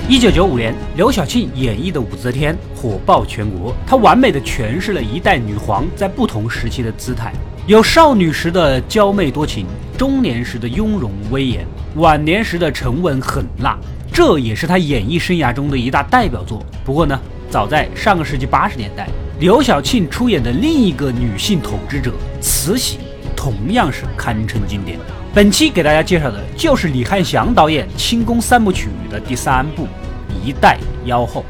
1995年，刘晓庆演绎的武则天火爆全国，她完美的诠释了一代女皇在不同时期的姿态，有少女时的娇媚多情，中年时的雍容威严，晚年时的沉稳狠辣，这也是她演艺生涯中的一大代表作。不过呢，早在上个世纪80年代，刘晓庆出演的另一个女性统治者慈禧，同样是堪称经典。本期给大家介绍的就是李翰祥导演清宫三部曲的第3部《一代妖后》。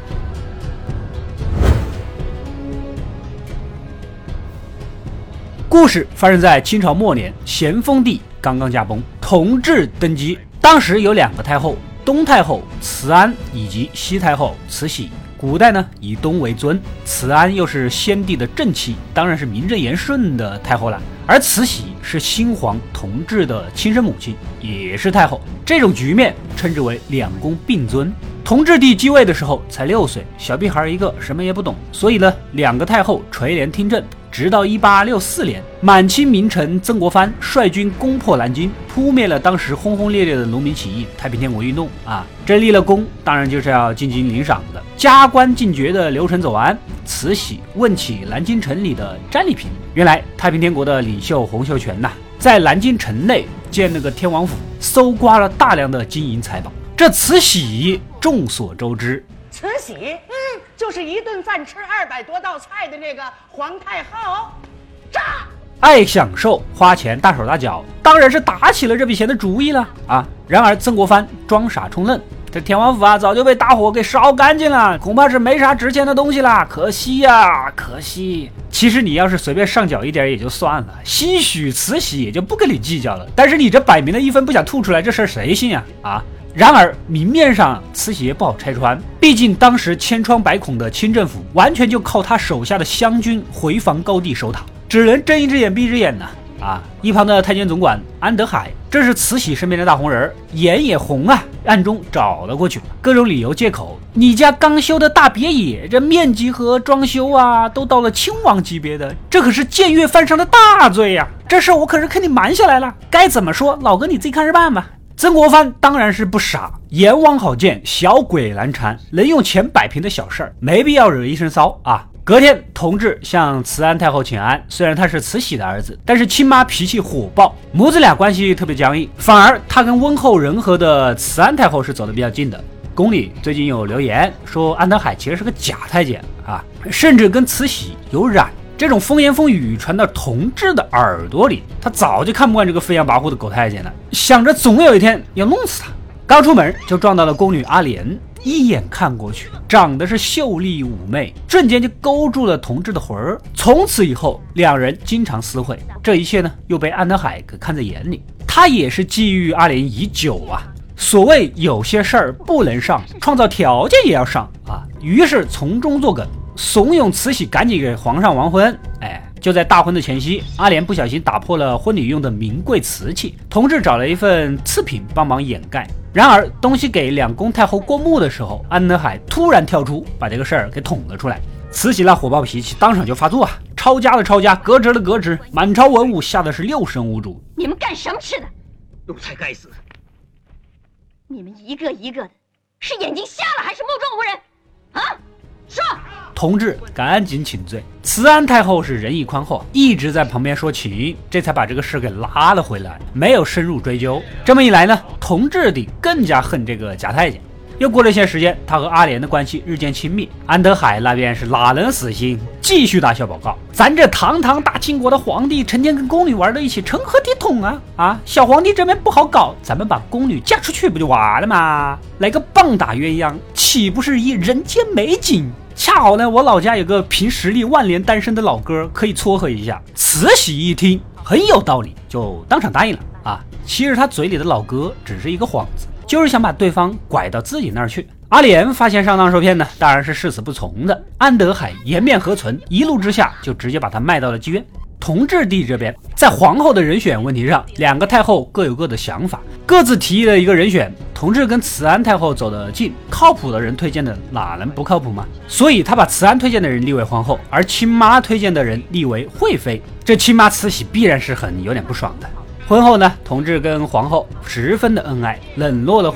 故事发生在清朝末年，咸丰帝刚刚驾崩，同治登基。当时有2个太后，东太后慈安以及西太后慈禧。古代呢以东为尊，慈安又是先帝的正妻，当然是名正言顺的太后了。而慈禧是新皇同治的亲生母亲，也是太后。这种局面称之为2宫并尊。同治帝继位的时候才6岁，小屁孩一个，什么也不懂，所以呢2个太后垂帘听政。直到1864年，满清名臣曾国藩率军攻破南京，扑灭了当时轰轰烈烈的农民起义、太平天国运动啊！这立了功，当然就是要进京领赏的。加官进爵的流程走完，慈禧问起南京城里的战利品。原来太平天国的领袖洪秀全在南京城内建了个天王府，搜刮了大量的金银财宝。这慈禧众所周知， 慈禧，就是一顿饭吃200多道菜的那个皇太后，炸！ 爱享受花钱大手大脚，当然是打起了这笔钱的主意了啊！然而曾国藩装傻充愣，这天王府早就被大火给烧干净了，恐怕是没啥值钱的东西啦，可惜呀，可惜。其实你要是随便上缴一点也就算了，兴许慈禧也就不跟你计较了，但是你这摆明了一分不想吐出来，这事儿谁信啊？然而明面上慈禧也不好拆穿，毕竟当时千疮百孔的清政府完全就靠他手下的湘军回防高地守塔，只能睁一只眼闭一只眼一旁的太监总管安德海，这是慈禧身边的大红人，眼也红暗中找了过去，各种理由借口，你家刚修的大别野，这面积和装修都到了亲王级别的，这可是僭越犯上的大罪呀！这事我可是跟你瞒下来了，该怎么说，老哥你自己看着办吧。曾国藩当然是不傻，阎王好见，小鬼难缠，能用钱摆平的小事儿，没必要惹一身骚隔天，同治向慈安太后请安，虽然他是慈禧的儿子，但是亲妈脾气火爆，母子俩关系特别僵硬，反而他跟温厚仁和的慈安太后是走得比较近的。宫里最近有流言说安德海其实是个假太监甚至跟慈禧有染。这种风言风语传到同治的耳朵里，他早就看不惯这个飞扬跋扈的狗太监了，想着总有一天要弄死他。刚出门就撞到了宫女阿莲，一眼看过去，长得是秀丽妩媚，瞬间就勾住了同治的魂儿。从此以后，2人经常私会，这一切呢又被安德海给看在眼里，他也是觊觎阿莲已久所谓有些事儿不能上，创造条件也要上于是从中作梗，怂恿慈禧赶紧给皇上完婚。就在大婚的前夕，阿莲不小心打破了婚礼用的名贵瓷器，同治找了一份次品帮忙掩盖。然而东西给2宫太后过目的时候，安德海突然跳出，把这个事儿给捅了出来。慈禧那火爆脾气当场就发作抄家的抄家，革职的革职，满朝文武吓得是6神无主。 你们干什么吃的？ 奴才该死！ 你们一个一个的，是眼睛瞎了还是目中无人？说！ 同治赶紧请罪，慈安太后是仁义宽厚，一直在旁边说情，这才把这个事给拉了回来，没有深入追究。这么一来呢，同治帝更加恨这个假太监。又过了一些时间，他和阿莲的关系日渐亲密，安德海那边是哪能死心，继续大小报告，咱这堂堂大清国的皇帝成天跟宫女玩到一起，成何体统小皇帝这边不好搞，咱们把宫女嫁出去不就完了吗？来个棒打鸳鸯，岂不是一人间美景？恰好呢，我老家有个凭实力万年单身的老哥，可以撮合一下。慈禧一听很有道理，就当场答应了其实他嘴里的老哥只是一个幌子，就是想把对方拐到自己那儿去。阿莲发现上当受骗呢，当然是誓死不从的。安德海颜面何存，一怒之下就直接把他卖到了妓院。同治帝这边在皇后的人选问题上，2个太后各有各的想法，各自提议了一个人选。同治跟慈安太后走得近，靠谱的人推荐的哪能不靠谱吗？所以他把慈安推荐的人立为皇后，而亲妈推荐的人立为惠妃。这亲妈慈禧必然是有点不爽的。婚后呢，同治跟皇后十分的恩爱，冷落了惠妃。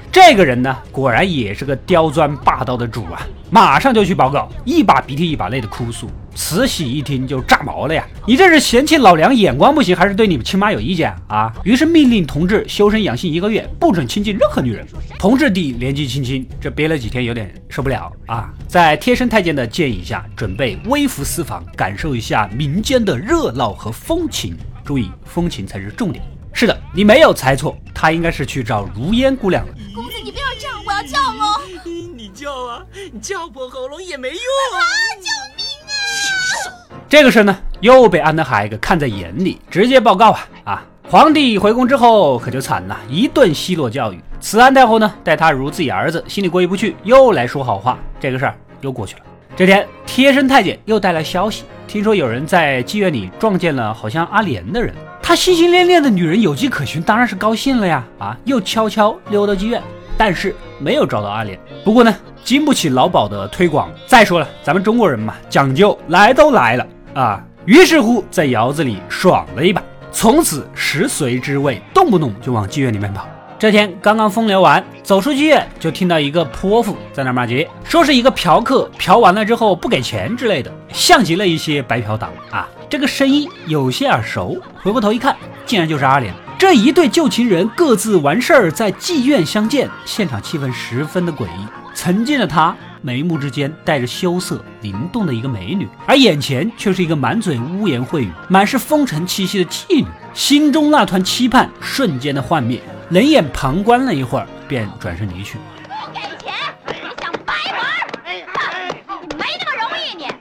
这个人呢，果然也是个刁钻霸道的主啊，马上就去报告，一把鼻涕一把泪的哭诉。慈禧一听就炸毛了呀，你这是嫌弃老娘眼光不行，还是对你们亲妈有意见啊？于是命令同治修身养性1个月，不准亲近任何女人。同治帝年纪轻轻，这憋了几天有点受不了啊，在贴身太监的建议下，准备微服私访，感受一下民间的热闹和风情。注意，风情才是重点。是的，你没有猜错，他应该是去找如烟姑娘了。 公子，你不要这样，我要叫哦。 你叫啊，你叫破喉咙也没用啊！救命啊！ 这个事呢，又被安德海给看在眼里，直接报告啊！皇帝回宫之后可就惨了，一顿奚落教育。慈安太后呢，待他如自己儿子，心里过意不去，又来说好话。这个事儿又过去了。这天，贴身太监又带来消息，听说有人在妓院里撞见了好像阿莲的人。他心心恋恋的女人有迹可循，当然是高兴了呀！又悄悄溜到妓院，但是没有找到阿莲。不过呢，经不起老鸨的推广。再说了，咱们中国人嘛，讲究来都来了啊！于是乎，在窑子里爽了一把，从此食髓知味，动不动就往妓院里面跑。这天刚刚风流完，走出妓院就听到一个泼妇在那骂街，说是一个嫖客嫖完了之后不给钱之类的，像极了一些白嫖党啊。这个声音有些耳熟，回过头一看，竟然就是阿莲。这一对旧情人各自完事儿，在妓院相见，现场气氛十分的诡异。曾经的他眉目之间带着羞涩灵动的一个美女，而眼前却是一个满嘴污言秽语、满是风尘气息的妓女。心中那团期盼瞬间的幻灭，冷眼旁观了一会儿，便转身离去。 不给钱，你想白玩？你没那么容易，你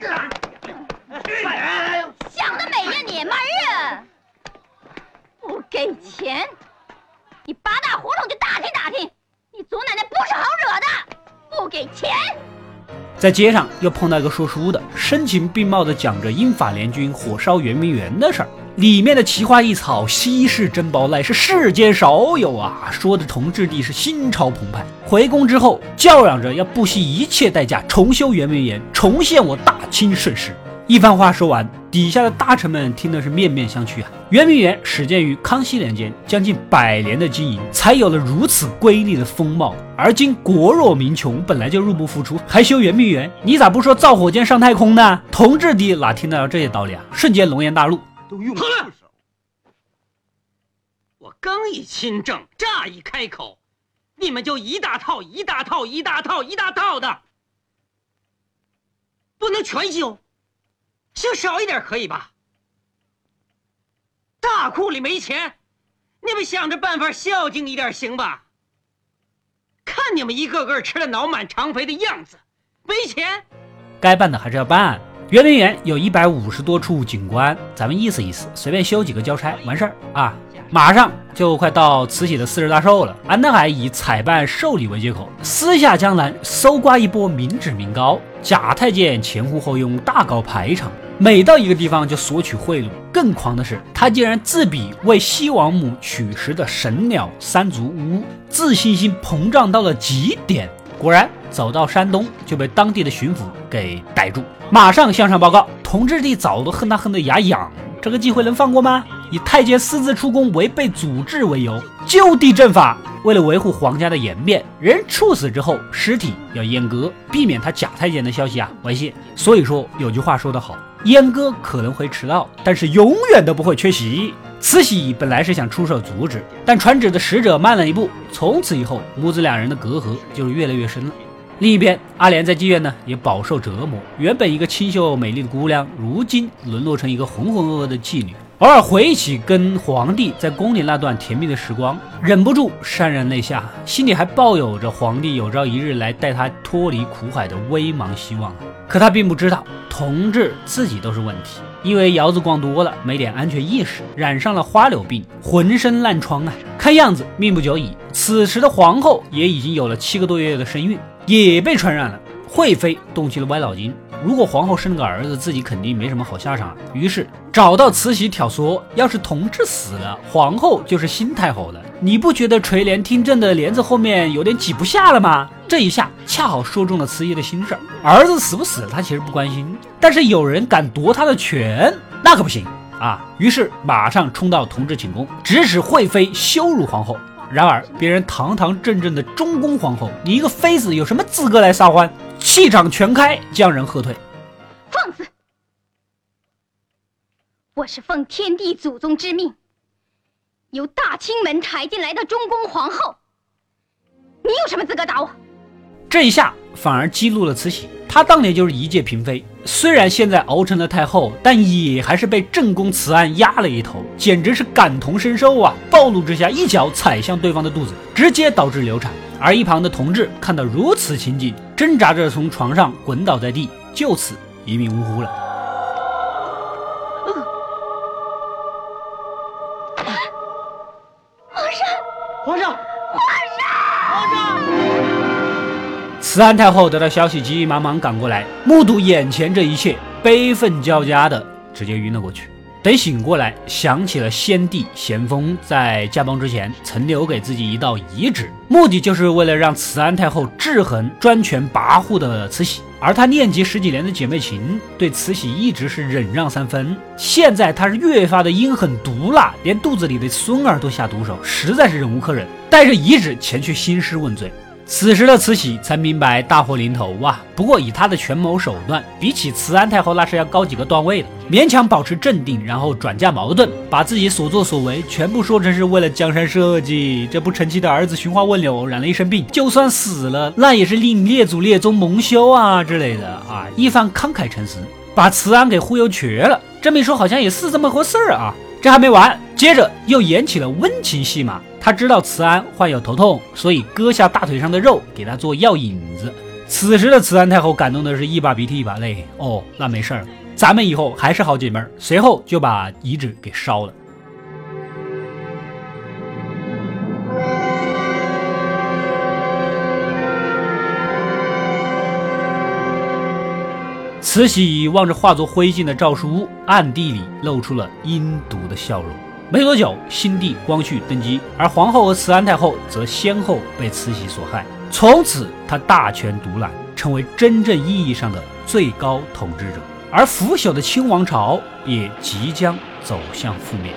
想得美呀，你门啊！不给钱，你八大胡同去打听打听，你祖奶奶不是好惹的。不给钱。 在街上又碰到一个说书的，声情并茂地讲着英法联军火烧圆明园的事儿，里面的奇花异草、稀世珍宝乃是世间少有啊！说的同治帝是心潮澎湃，回宫之后叫嚷着要不惜一切代价重修圆明园，重现我大清盛世。一番话说完，底下的大臣们听的是面面相觑啊！圆明园始建于康熙年间，将近100年的经营，才有了如此瑰丽的风貌。而今国弱民穷，本来就入不敷出，还修圆明园，你咋不说造火箭上太空呢？同治帝哪听得到这些道理啊？瞬间龙颜大怒， 都用不了。我刚一亲政，乍一开口，你们就一大套的，不能全修。修少一点可以吧？大库里没钱，你们想着办法孝敬一点行吧？看你们一个个吃了脑满肠肥的样子，没钱， 该办的还是要办。圆明园有150多处景观，咱们意思意思，随便修几个交差完事儿啊！马上就快到慈禧的40大寿了，安德海以采办寿礼为借口，私下江南搜刮一波民脂民膏，假太监前呼后拥，大搞排场，每到一个地方就索取贿赂。更狂的是，他竟然自比为西王母取食的神鸟三足乌，自信心膨胀到了极点。果然走到山东就被当地的巡抚给逮住，马上向上报告。同治帝早都恨他恨得牙痒，这个机会能放过吗？以太监私自出宫违背祖制为由，就地正法。为了维护皇家的颜面，人处死之后尸体要阉割，避免他假太监的消息外泄。所以说有句话说得好，阉割可能会迟到，但是永远都不会缺席。慈禧本来是想出手阻止，但传旨的使者慢了一步，从此以后母子两人的隔阂就是越来越深了。另一边，阿莲在妓院呢也饱受折磨，原本一个清秀美丽的姑娘，如今沦落成一个浑浑噩噩的妓女。偶尔回忆起跟皇帝在宫里那段甜蜜的时光，忍不住潸然泪下，心里还抱有着皇帝有朝一日来带他脱离苦海的微茫希望。可他并不知道，同治自己都是问题，因为窑子逛多了，没点安全意识，染上了花柳病，浑身烂疮啊，看样子命不久矣。此时的皇后也已经有了7个多月的身孕，也被传染了。惠妃动起了歪脑筋，如果皇后生了个儿子，自己肯定没什么好下场啊。于是找到慈禧挑唆，要是同治死了，皇后就是新太后了。你不觉得垂帘听政的帘子后面有点挤不下了吗？这一下恰好说中了慈禧的心事儿，儿子死不死他其实不关心，但是有人敢夺他的权，那可不行啊！于是马上冲到同治寝宫，指使惠妃羞辱皇后。 然而别人堂堂正正的中宫皇后，你一个妃子有什么资格来撒欢？气场全开，将人喝退。 放肆！我是奉天地祖宗之命，由大清门抬进来的中宫皇后，你有什么资格打我？ 这一下反而激怒了慈禧，她当年就是一介嫔妃，虽然现在熬成了太后，但也还是被正宫慈安压了一头，简直是感同身受啊！暴怒之下，一脚踩向对方的肚子，直接导致流产。而一旁的同志看到如此情景，挣扎着从床上滚倒在地，就此一命呜呼了。 皇上！ 慈安太后得到消息，急急忙忙赶过来，目睹眼前这一切，悲愤交加的直接晕了过去。等醒过来，想起了先帝咸丰在驾崩之前曾留给自己一道遗旨，目的就是为了让慈安太后制衡专权跋扈的慈禧。而她念及十几年的姐妹情，对慈禧一直是忍让3分，现在她是越发的阴狠毒辣，连肚子里的孙儿都下毒手，实在是忍无可忍，带着遗旨前去兴师问罪。此时的慈禧才明白大祸临头啊！不过以她的权谋手段，比起慈安太后那是要高几个段位的。勉强保持镇定，然后转嫁矛盾，把自己所作所为全部说成是为了江山社稷。这不成器的儿子寻花问柳，染了一身病，就算死了，那也是令列祖列宗蒙羞啊之类的啊！一番慷慨陈词，把慈安给忽悠瘸了。这么一说，好像也是这么回事啊！这还没完，接着又演起了温情戏码。他知道慈安患有头痛，所以割下大腿上的肉给他做药引子。此时的慈安太后感动的是一把鼻涕一把泪。哦，那没事儿，咱们以后还是好姐妹儿。随后就把遗旨给烧了。慈禧望着化作灰烬的诏书，暗地里露出了阴毒的笑容。没多久，新帝光绪登基，而皇后和慈安太后则先后被慈禧所害。从此，她大权独揽，成为真正意义上的最高统治者。而腐朽的清王朝也即将走向覆灭。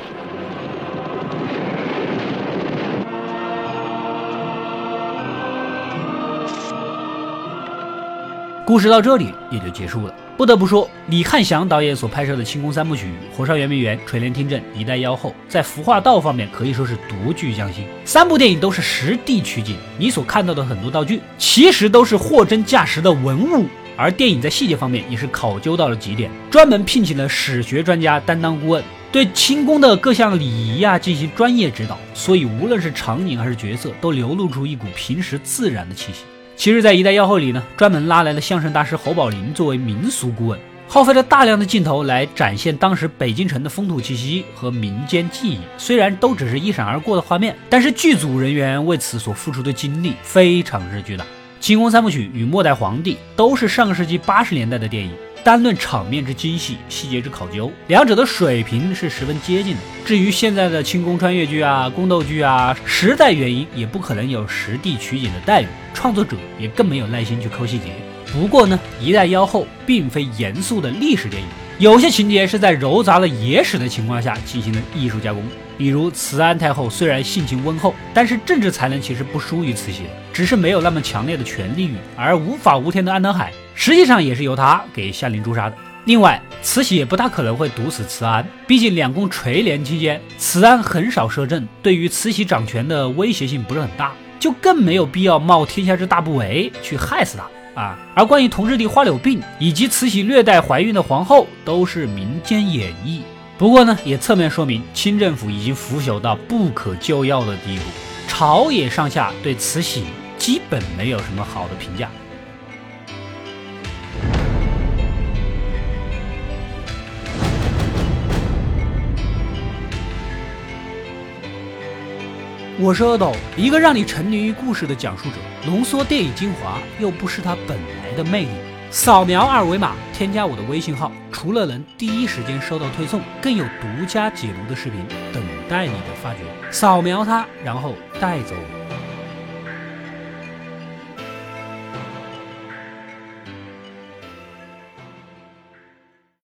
故事到这里也就结束了。不得不说，李翰祥导演所拍摄的清宫3部曲《火烧圆明园》《垂帘听政》《一代妖后》在服化道方面可以说是独具匠心。3部电影都是实地取景，你所看到的很多道具其实都是货真价实的文物，而电影在细节方面也是考究到了极点，专门聘请了史学专家担当顾问，对清宫的各项礼仪进行专业指导，所以无论是场景还是角色都流露出一股平时自然的气息。其实在《一代妖后》里呢，专门拉来了相声大师侯宝林作为民俗顾问，耗费了大量的镜头来展现当时北京城的风土气息和民间记忆。虽然都只是一闪而过的画面，但是剧组人员为此所付出的精力非常之巨大。清宫3部曲与末代皇帝都是上个世纪80年代的电影，单论场面之精细、细节之考究，两者的水平是十分接近的。至于现在的清宫穿越剧宫斗剧时代原因也不可能有实地取景的待遇，创作者也更没有耐心去抠细节。不过呢，《一代妖后》并非严肃的历史电影，有些情节是在糅杂了野史的情况下进行了艺术加工。比如慈安太后虽然性情温厚，但是政治才能其实不输于慈禧的，只是没有那么强烈的权力欲。而无法无天的安德海实际上也是由他给下令诛杀的。另外，慈禧也不大可能会毒死慈安，毕竟两宫垂帘期间，慈安很少摄政，对于慈禧掌权的威胁性不是很大，就更没有必要冒天下之大不韪去害死他。而关于同治帝花柳病以及慈禧虐待怀孕的皇后都是民间演绎。不过呢，也侧面说明清政府已经腐朽到不可救药的地步，朝野上下对慈禧基本没有什么好的评价。我是阿斗，一个让你沉迷于故事的讲述者，浓缩电影精华，又不失它本来的魅力。扫描二维码，添加我的微信号，除了能第一时间收到推送，更有独家解读的视频等待你的发掘。扫描它，然后带走我。